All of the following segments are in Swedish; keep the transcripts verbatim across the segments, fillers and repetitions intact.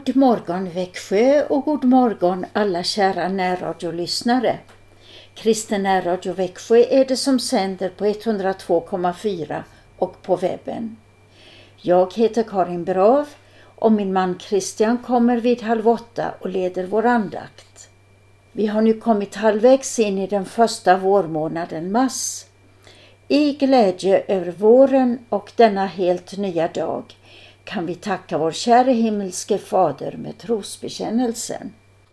God morgon Växjö och god morgon alla kära närradiolyssnare. Kristen närradio Växjö är det som sänder på etthundratvå komma fyra och på webben. Jag heter Karin Brav och min man Christian kommer vid halv åtta och leder vår andakt. Vi har nu kommit halvvägs in i den första vårmånaden mars. I glädje över våren och denna helt nya dag kan vi tacka vår kära himmelske fader med trosbekännelsen.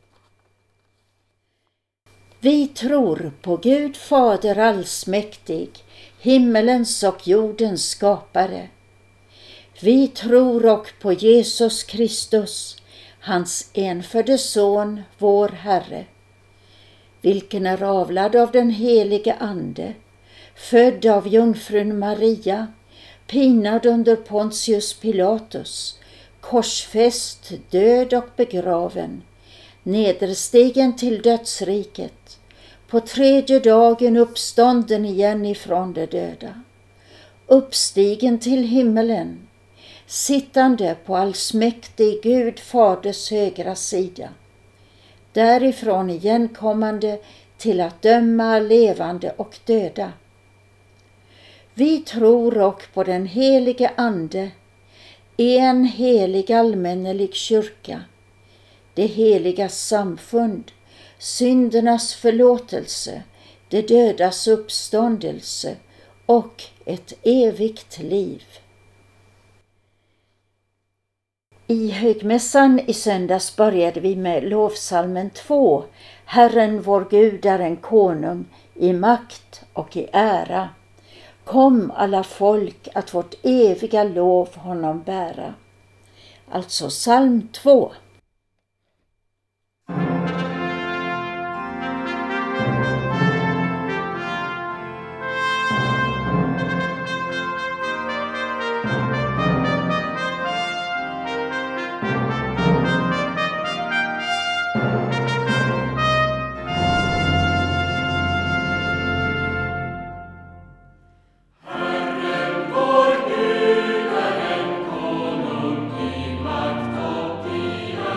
Vi tror på Gud fader allsmäktig, himmelens och jordens skapare. Vi tror och på Jesus Kristus, hans enfödde son, vår Herre, vilken är avlad av den helige Ande, född av jungfrun Maria, pinad under Pontius Pilatus, korsfäst, död och begraven, nederstigen till dödsriket, på tredje dagen uppstånden igen ifrån de döda, uppstigen till himmelen, sittande på allsmäktig Gud faders högra sida, därifrån igenkommande till att döma levande och döda. Vi tror och på den helige Ande, en helig allmännelig kyrka, det heliga samfund, syndernas förlåtelse, det dödas uppståndelse och ett evigt liv. I högmässan i söndags började vi med lovsalmen två. Herren vår Gud är en konung i makt och i ära. Kom alla folk att vårt eviga lov honom bära. Alltså psalm två. Konung i makt och i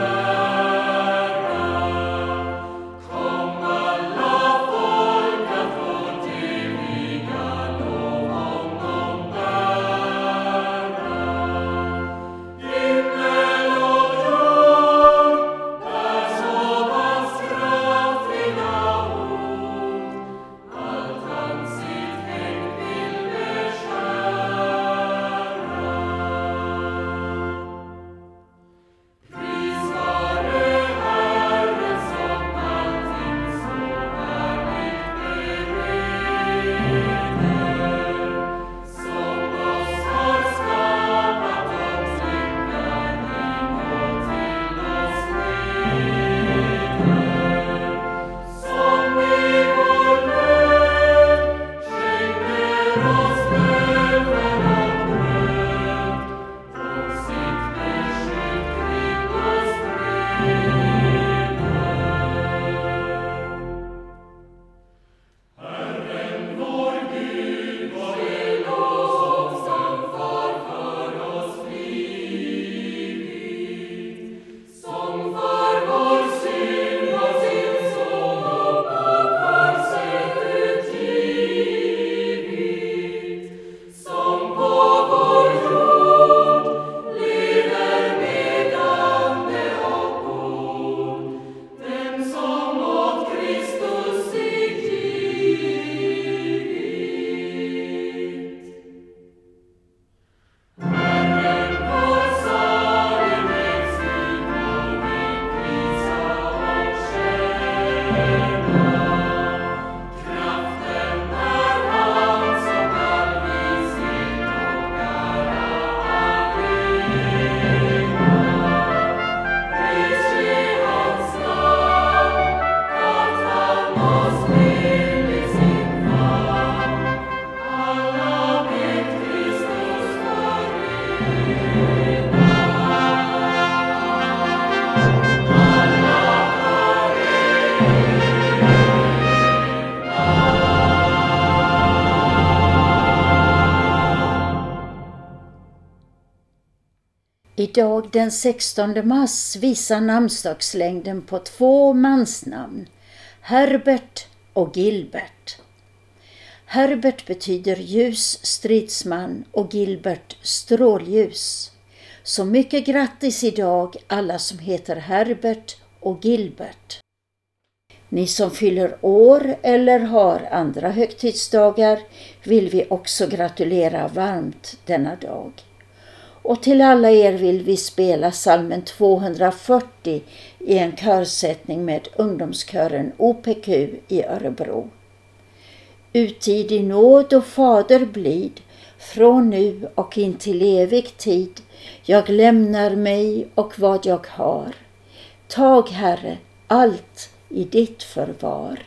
Idag den sextonde mars visar namnsdagslängden på två mansnamn, Herbert och Gilbert. Herbert betyder ljus stridsman och Gilbert strålljus. Så mycket grattis idag alla som heter Herbert och Gilbert. Ni som fyller år eller har andra högtidsdagar vill vi också gratulera varmt denna dag. Och till alla er vill vi spela psalmen tvåhundrafyrtio i en körsättning med ungdomskören O P Q i Örebro. Uttid i nåd och fader blid, från nu och in till evig tid, jag lämnar mig och vad jag har. Tag, Herre, allt i ditt förvar.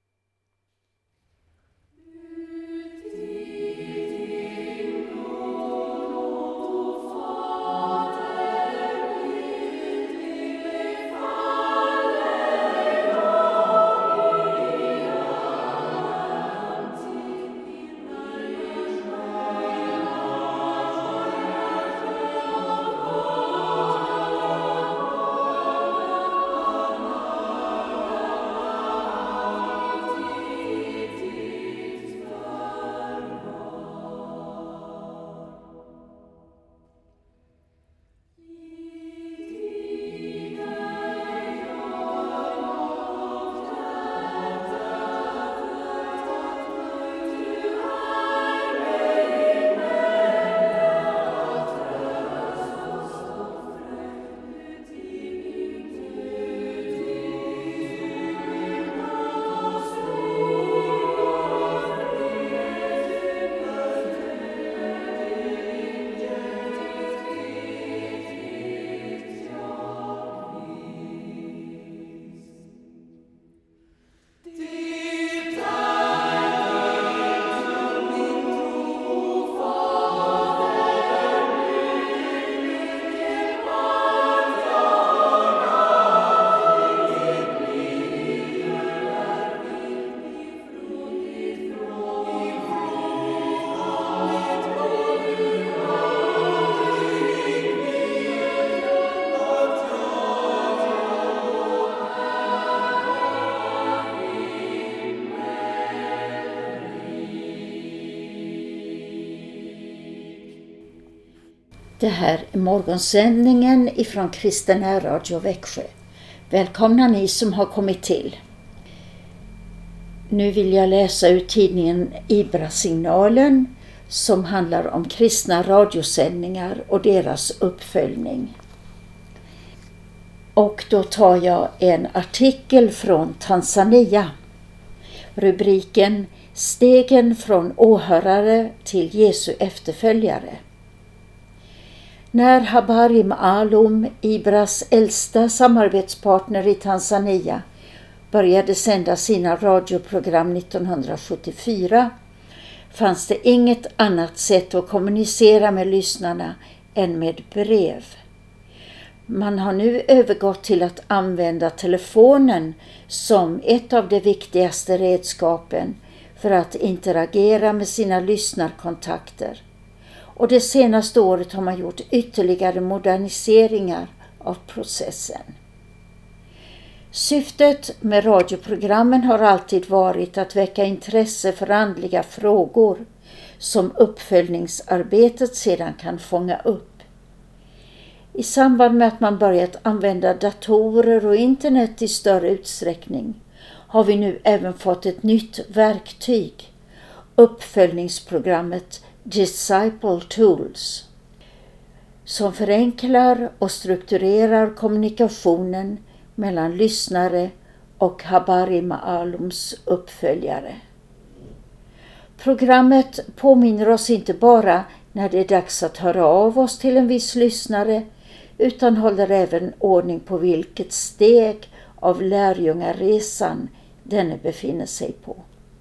Det här är morgonsändningen ifrån Kristen Radio Växjö. Välkomna ni som har kommit till. Nu vill jag läsa ur tidningen Ibra-signalen som handlar om kristna radiosändningar och deras uppföljning. Och då tar jag en artikel från Tanzania. Rubriken Stegen från åhörare till Jesu efterföljare. När Habari Maalum, Ibras äldsta samarbetspartner i Tanzania, började sända sina radioprogram nittonhundrasjuttiofyra fanns det inget annat sätt att kommunicera med lyssnarna än med brev. Man har nu övergått till att använda telefonen som ett av de viktigaste redskapen för att interagera med sina lyssnarkontakter. Och det senaste året har man gjort ytterligare moderniseringar av processen. Syftet med radioprogrammen har alltid varit att väcka intresse för andliga frågor som uppföljningsarbetet sedan kan fånga upp. I samband med att man börjat använda datorer och internet i större utsträckning har vi nu även fått ett nytt verktyg, uppföljningsprogrammet Disciple Tools, som förenklar och strukturerar kommunikationen mellan lyssnare och Habari Maalums uppföljare. Programmet påminner oss inte bara när det är dags att höra av oss till en viss lyssnare, utan håller även ordning på vilket steg av lärjungaresan denne befinner sig på.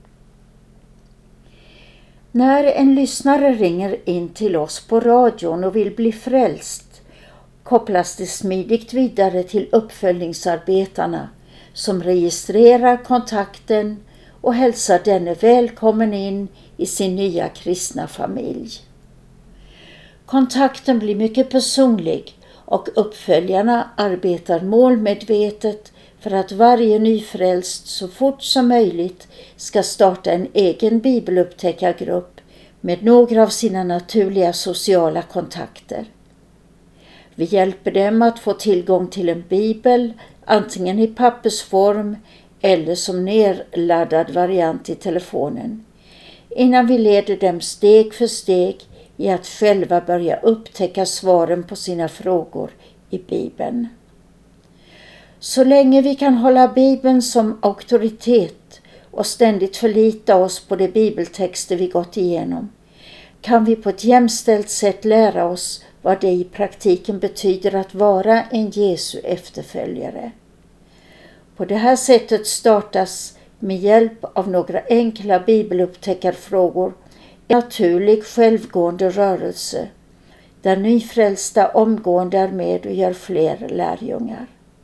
När en lyssnare ringer in till oss på radion och vill bli frälst kopplas det smidigt vidare till uppföljningsarbetarna som registrerar kontakten och hälsar denne välkommen in i sin nya kristna familj. Kontakten blir mycket personlig och uppföljarna arbetar målmedvetet för att varje nyfrälst så fort som möjligt ska starta en egen bibelupptäckargrupp med några av sina naturliga sociala kontakter. Vi hjälper dem att få tillgång till en bibel, antingen i pappersform eller som nerladdad variant i telefonen, innan vi leder dem steg för steg i att själva börja upptäcka svaren på sina frågor i Bibeln. Så länge vi kan hålla Bibeln som auktoritet och ständigt förlita oss på de bibeltexter vi gått igenom, kan vi på ett jämställt sätt lära oss vad det i praktiken betyder att vara en Jesu efterföljare. På det här sättet startas med hjälp av några enkla bibelupptäckarfrågor en naturlig självgående rörelse där nyfrälsta omgående är med och gör fler lärjungar.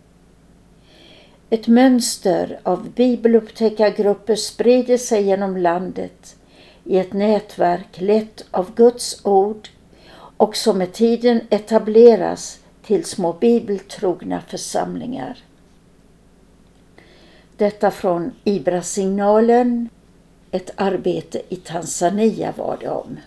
Ett mönster av bibelupptäckargrupper sprider sig genom landet i ett nätverk lett av Guds ord och som med tiden etableras till små bibeltrogna församlingar. Detta från Ibra-signalen, ett arbete i Tanzania var det om.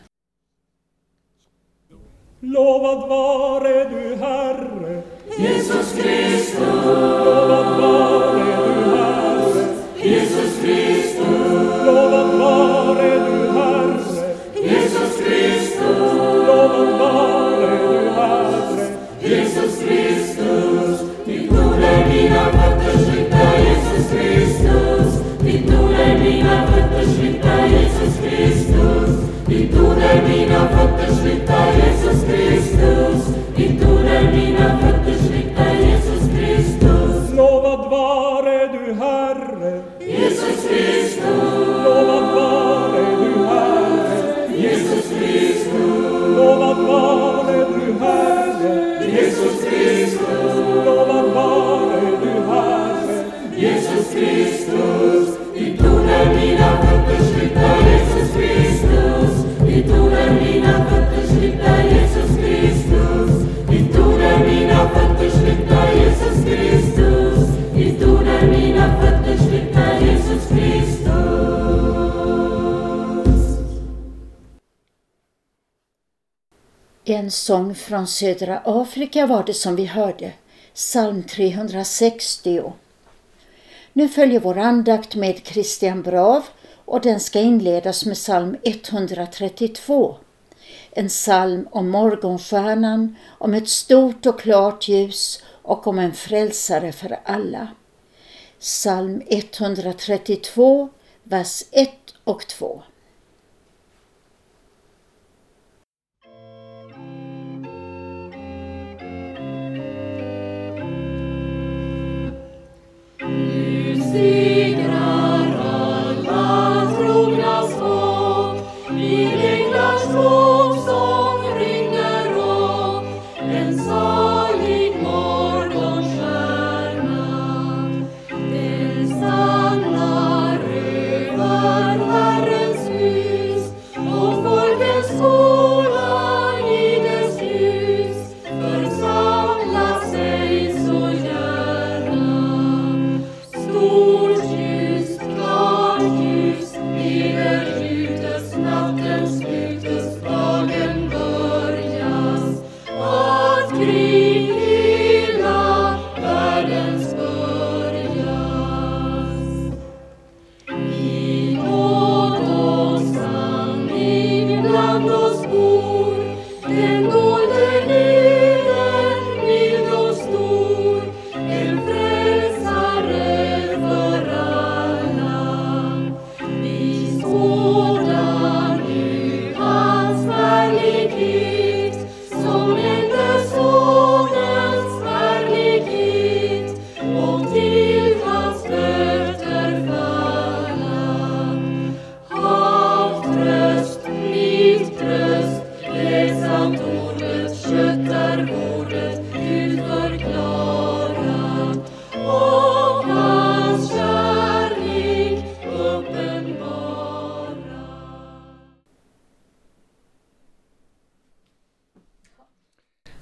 Lovad vare du, Herre, Jesus Kristus. Lovad vare du, Herre, Jesus Kristus. Lovad vare du, Herre, Jesus Kristus. Lovad vare du, Herre, Jesus Kristus. Ditt ord är mina fötters lykta, Jesus Kristus. Ditt ord är mina fötters lykta, Jesus Kristus. Ditt ord är mina fötters lykta, Jesus Kristus. Ditt ord är mina fötters lykta, Jesus Kristus. Lovad vare du, Herre, Jesus Kristus. Lovad vare du, Herre, Jesus Kristus. Lovad vare du, Herre, Jesus Kristus. Lovad vare du, Herre, Jesus Kristus. Ditt ord är mina fötters lykta, Jesus Kristus. Ditt ord är mina fötters lykta, Jesus Kristus. Ditt ord är mina fötters lykta, Jesus Kristus. Ditt ord är mina fötters lykta, Jesus Kristus. En sång från södra Afrika var det som vi hörde, psalm trehundrasextio. Nu följer vår andakt med Christian Brav och den ska inledas med psalm etthundratrettiotvå. En psalm om morgonstjärnan, om ett stort och klart ljus och om en frälsare för alla. Psalm etthundratrettiotvå, vers ett och två. Den stannar över Herrens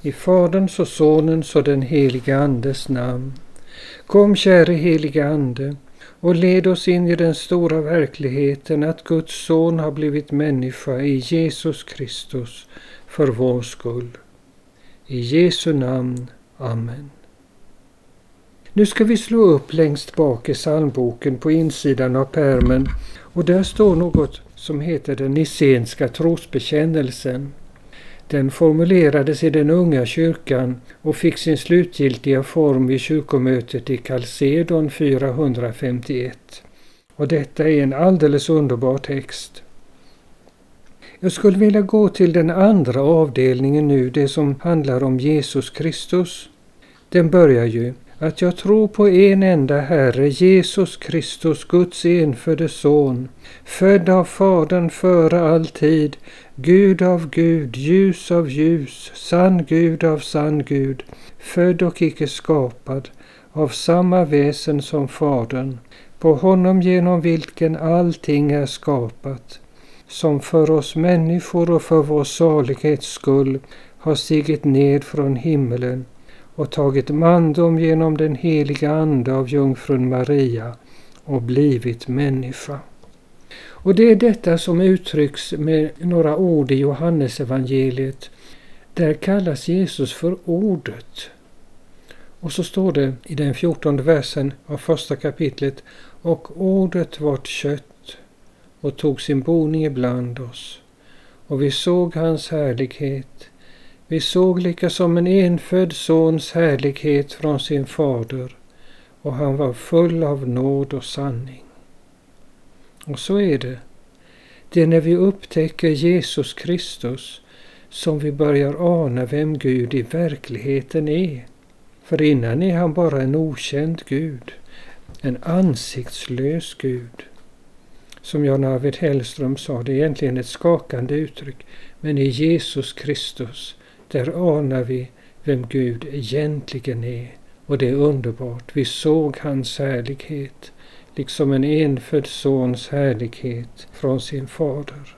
I Faderns och Sonens och den helige Andes namn. Kom, käre helige Ande, och led oss in i den stora verkligheten att Guds son har blivit människa i Jesus Kristus för vår skull. I Jesu namn. Amen. Nu ska vi slå upp längst bak i psalmboken på insidan av pärmen, och där står något som heter den nicenska trosbekännelsen. Den formulerades i den unga kyrkan och fick sin slutgiltiga form vid kyrkomötet i Chalcedon fyrahundrafemtioett. Och detta är en alldeles underbar text. Jag skulle vilja gå till den andra avdelningen nu, det som handlar om Jesus Kristus. Den börjar ju: att jag tror på en enda Herre, Jesus Kristus, Guds enfödde son, född av Fadern före all tid, Gud av Gud, ljus av ljus, sann Gud av sann Gud, född och icke skapad, av samma väsen som Fadern, på honom genom vilken allting är skapat, som för oss människor och för vår salighets skull har stigit ned från himmelen och tagit mandom genom den heliga ande av jungfrun Maria och blivit människa. Och det är detta som uttrycks med några ord i Johannesevangeliet. Där kallas Jesus för ordet. Och så står det i den fjortonde versen av första kapitlet: och ordet vart kött och tog sin boning ibland oss. Och vi såg hans härlighet. Vi såg lika som en enfödd sons härlighet från sin fader, och han var full av nåd och sanning. Och så är det. Det är när vi upptäcker Jesus Kristus som vi börjar ana vem Gud i verkligheten är. För innan är han bara en okänd Gud, en ansiktslös Gud. Som Jan Arvid Hellström sa, det är egentligen ett skakande uttryck, men i Jesus Kristus, där anar vi vem Gud egentligen är, och det är underbart. Vi såg hans härlighet, liksom en enfödd sons härlighet från sin fader.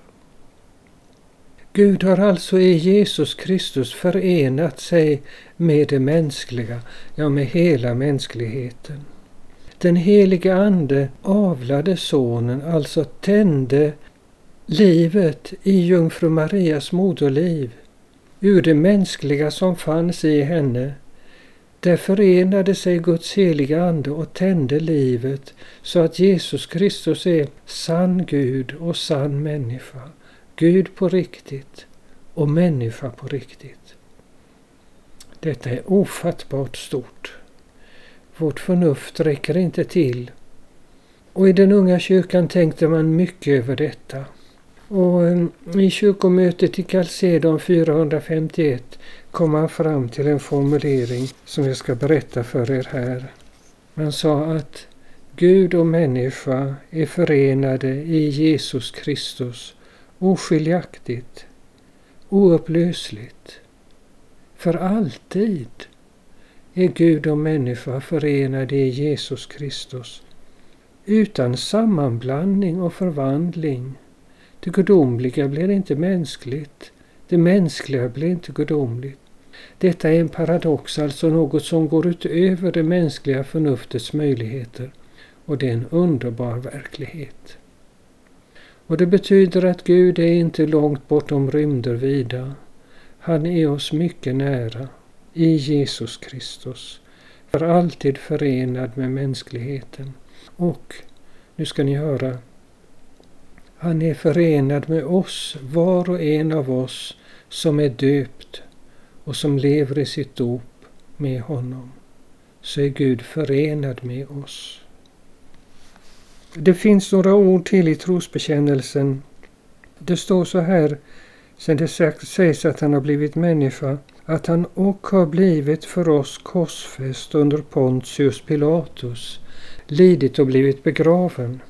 Gud har alltså i Jesus Kristus förenat sig med det mänskliga, ja med hela mänskligheten. Den heliga ande avlade sonen, alltså tände livet i jungfru Marias moderliv. Ur det mänskliga som fanns i henne, där förenade sig Guds heliga ande och tände livet, så att Jesus Kristus är sann Gud och sann människa. Gud på riktigt och människa på riktigt. Detta är ofattbart stort. Vårt förnuft räcker inte till. Och i den unga kyrkan tänkte man mycket över detta. Och i kyrkomötet i Chalcedon fyrahundrafemtioett kom man fram till en formulering som jag ska berätta för er här. Man sa att Gud och människa är förenade i Jesus Kristus oskiljaktigt, oupplösligt. För alltid är Gud och människa förenade i Jesus Kristus, utan sammanblandning och förvandling. Det gudomliga blir inte mänskligt, det mänskliga blir inte gudomligt. Detta är en paradox, alltså något som går utöver det mänskliga förnuftets möjligheter, och det är en underbar verklighet. Och det betyder att Gud är inte långt bortom rymder vida. Han är oss mycket nära i Jesus Kristus, för alltid förenad med mänskligheten. Och, nu ska ni höra, han är förenad med oss, var och en av oss som är döpt och som lever i sitt dop med honom. Så är Gud förenad med oss. Det finns några ord till i trosbekännelsen. Det står så här, sen det sägs att han har blivit människa, att han och har blivit för oss korsfäst under Pontius Pilatus, lidit och blivit begraven.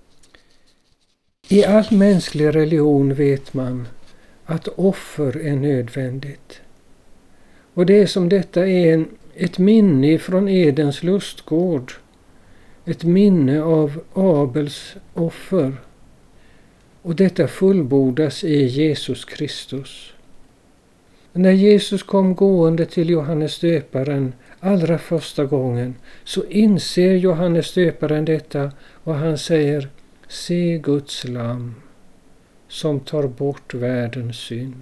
I all mänsklig religion vet man att offer är nödvändigt. Och det är som detta är en, ett minne från Edens lustgård. Ett minne av Abels offer. Och detta fullbordas i Jesus Kristus. När Jesus kom gående till Johannes döparen allra första gången så inser Johannes döparen detta och han säger: se Guds lamm som tar bort världens synd.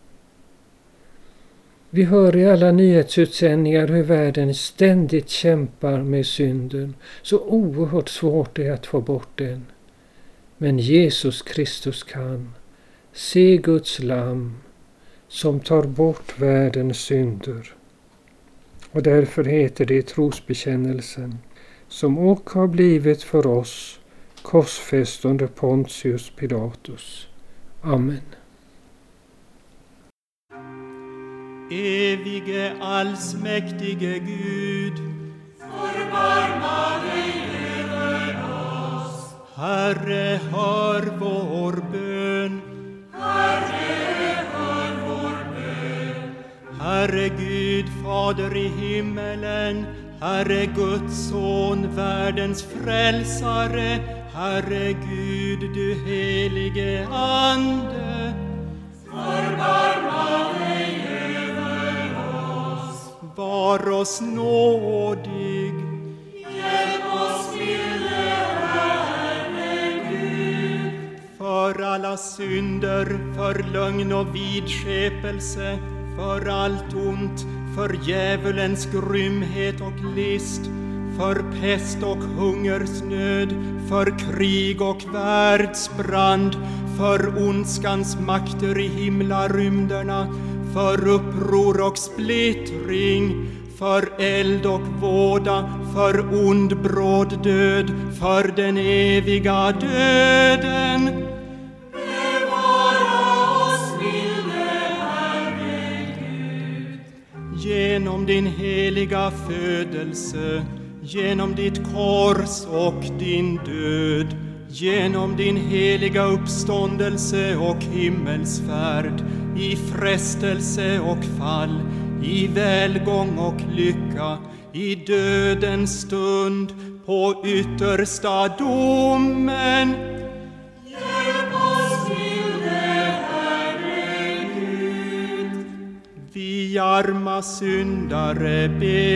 Vi hör i alla nyhetsutsändningar hur världen ständigt kämpar med synden. Så oerhört svårt det är att få bort den. Men Jesus Kristus kan. Se Guds lamm som tar bort världens synder. Och därför heter det i trosbekännelsen: som och har blivit för oss korsfäst under Pontius Pilatus. Amen. Evige allsmäktige Gud, förbarma dig över oss. Herre, hör vår bön. Herre, hör vår bön. Herre Gud, Fader i himmelen, Herre Guds son, världens frälsare, Herre Gud, du helige Ande, förbarma dig över oss. Var oss nådig. Hjälp oss, milde Herre Gud. För alla synder, för lögn och vidskepelse, för allt ont, för djävulens grymhet och list, för pest och hungersnöd, för krig och världsbrand, för ondskans makter i himlarymderna, för uppror och splittring, för eld och våda, för ond bråd död, för den eviga döden. Bevara oss, milde Herre Gud. Genom din heliga födelse, genom ditt kors och din död, genom din heliga uppståndelse och himmelsfärd, i frestelse och fall, i välgång och lycka, i dödens stund, på yttersta domen. Hjälp oss, milde Herre Gud. Vi arma syndare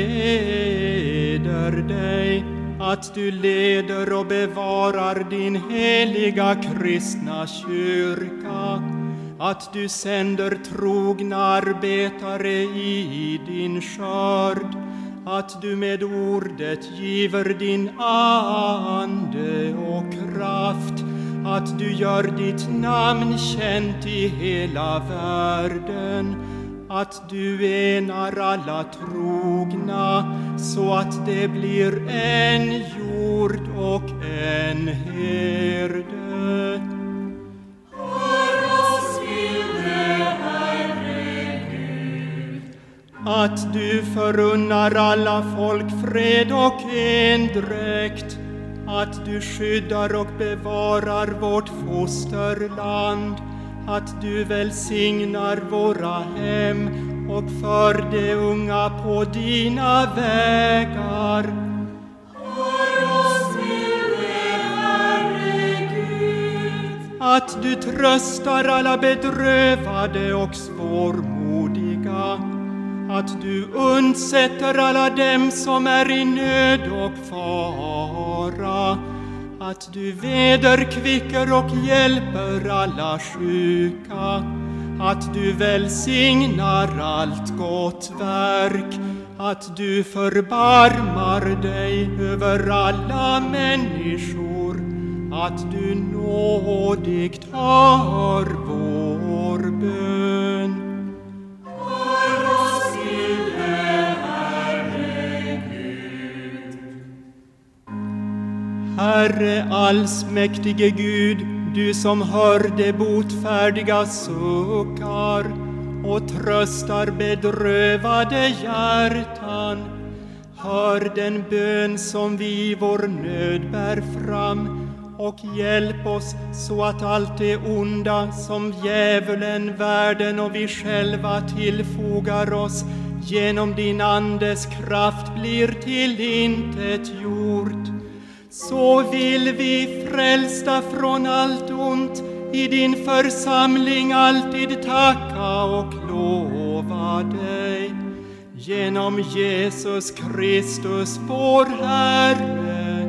beder dig att du leder och bevarar din heliga kristna kyrka, att du sänder trogna arbetare i din skörd, att du med ordet giver din ande och kraft, att du gör ditt namn känt i hela världen, att du enar alla trogna så att det blir en jord och en herde. Hör oss, milde Herre Gud. Att du förunnar alla folk fred och endräkt, att du skyddar och bevarar vårt fosterland, att du välsignar våra hem och för de unga på dina vägar. Hör oss, milde Herre Gud. Att du tröstar alla bedrövade och svårmodiga, att du undsätter alla dem som är i nöd och fara, att du vederkvicker och hjälper alla sjuka, att du välsignar allt gott verk, att du förbarmar dig över alla människor, att du nådigt hör vår bön. Hör oss, milde Herre Gud. Herre allsmäktige Gud, du som hör de botfärdiga suckar och tröstar bedrövade hjärtan, hör den bön som vi i vår nöd bär fram och hjälp oss så att allt det onda som djävulen, världen och vi själva tillfogar oss genom din andes kraft blir till intet gjort. Så vill vi frälsta från allt ont i din församling alltid tacka och lova ära dig genom Jesus Kristus vår Herre.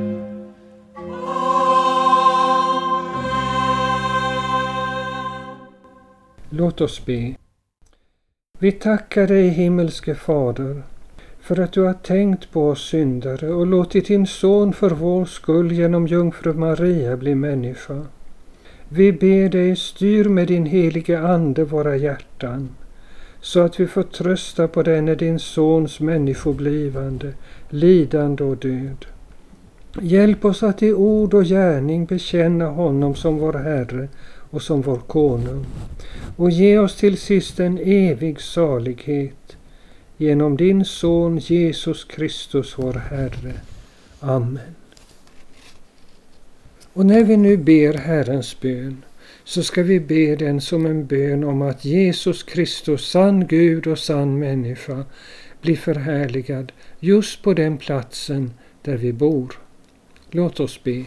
Låt oss be. Vi tackar dig, himmelske Fader, för att du har tänkt på oss syndare och låtit din son för vår skull genom jungfru Maria bli människa. Vi ber dig, styr med din helige ande våra hjärtan, så att vi får trösta på denne din sons människoblivande, lidande och död. Hjälp oss att i ord och gärning bekänna honom som vår Herre och som vår konung, och ge oss till sist en evig salighet genom din son Jesus Kristus vår Herre. Amen. Och när vi nu ber Herrens bön, så ska vi be den som en bön om att Jesus Kristus, sann Gud och sann människa, blir förhärligad just på den platsen där vi bor. Låt oss be.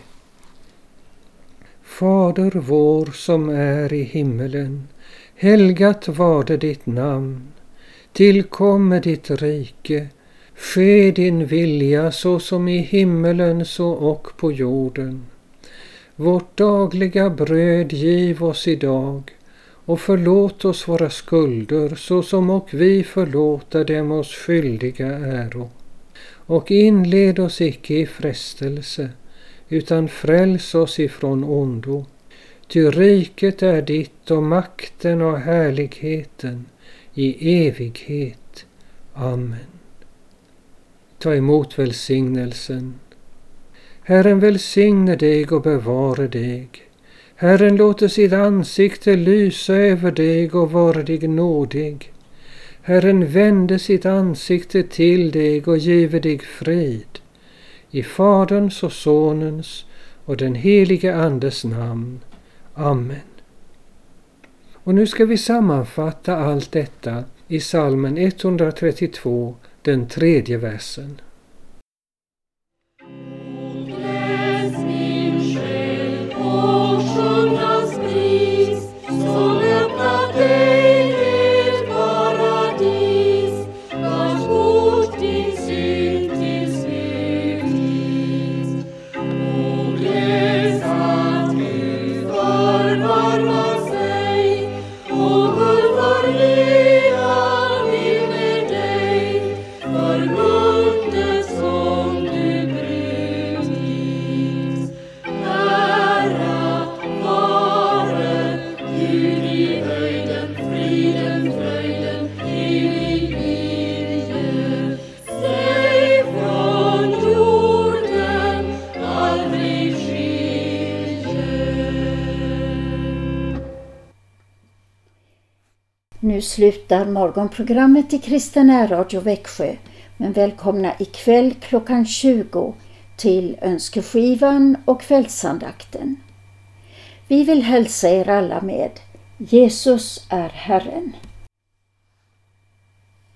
Fader vår som är i himmelen, helgat varde ditt namn. Tillkomme ditt rike, ske din vilja så som i himmelen så och på jorden. Vårt dagliga bröd giv oss idag, och förlåt oss våra skulder så som och vi förlåta dem oss skyldiga äro. Och inled oss icke i frestelse, utan fräls oss ifrån ondo. Ty riket är ditt och makten och härligheten i evighet. Amen. Ta emot välsignelsen. Herren välsigne dig och bevare dig. Herren låter sitt ansikte lysa över dig och vara dig nådig. Herren vände sitt ansikte till dig och give dig frid. I Faderns och Sonens och den helige Andes namn. Amen. Och nu ska vi sammanfatta allt detta i psalmen etthundratrettiotvå, den tredje versen. Nu slutar morgonprogrammet i Kristen Radio Växjö, men välkomna ikväll klockan tjugo till önskeskivan och kvällsandakten. Vi vill hälsa er alla med Jesus är Herren.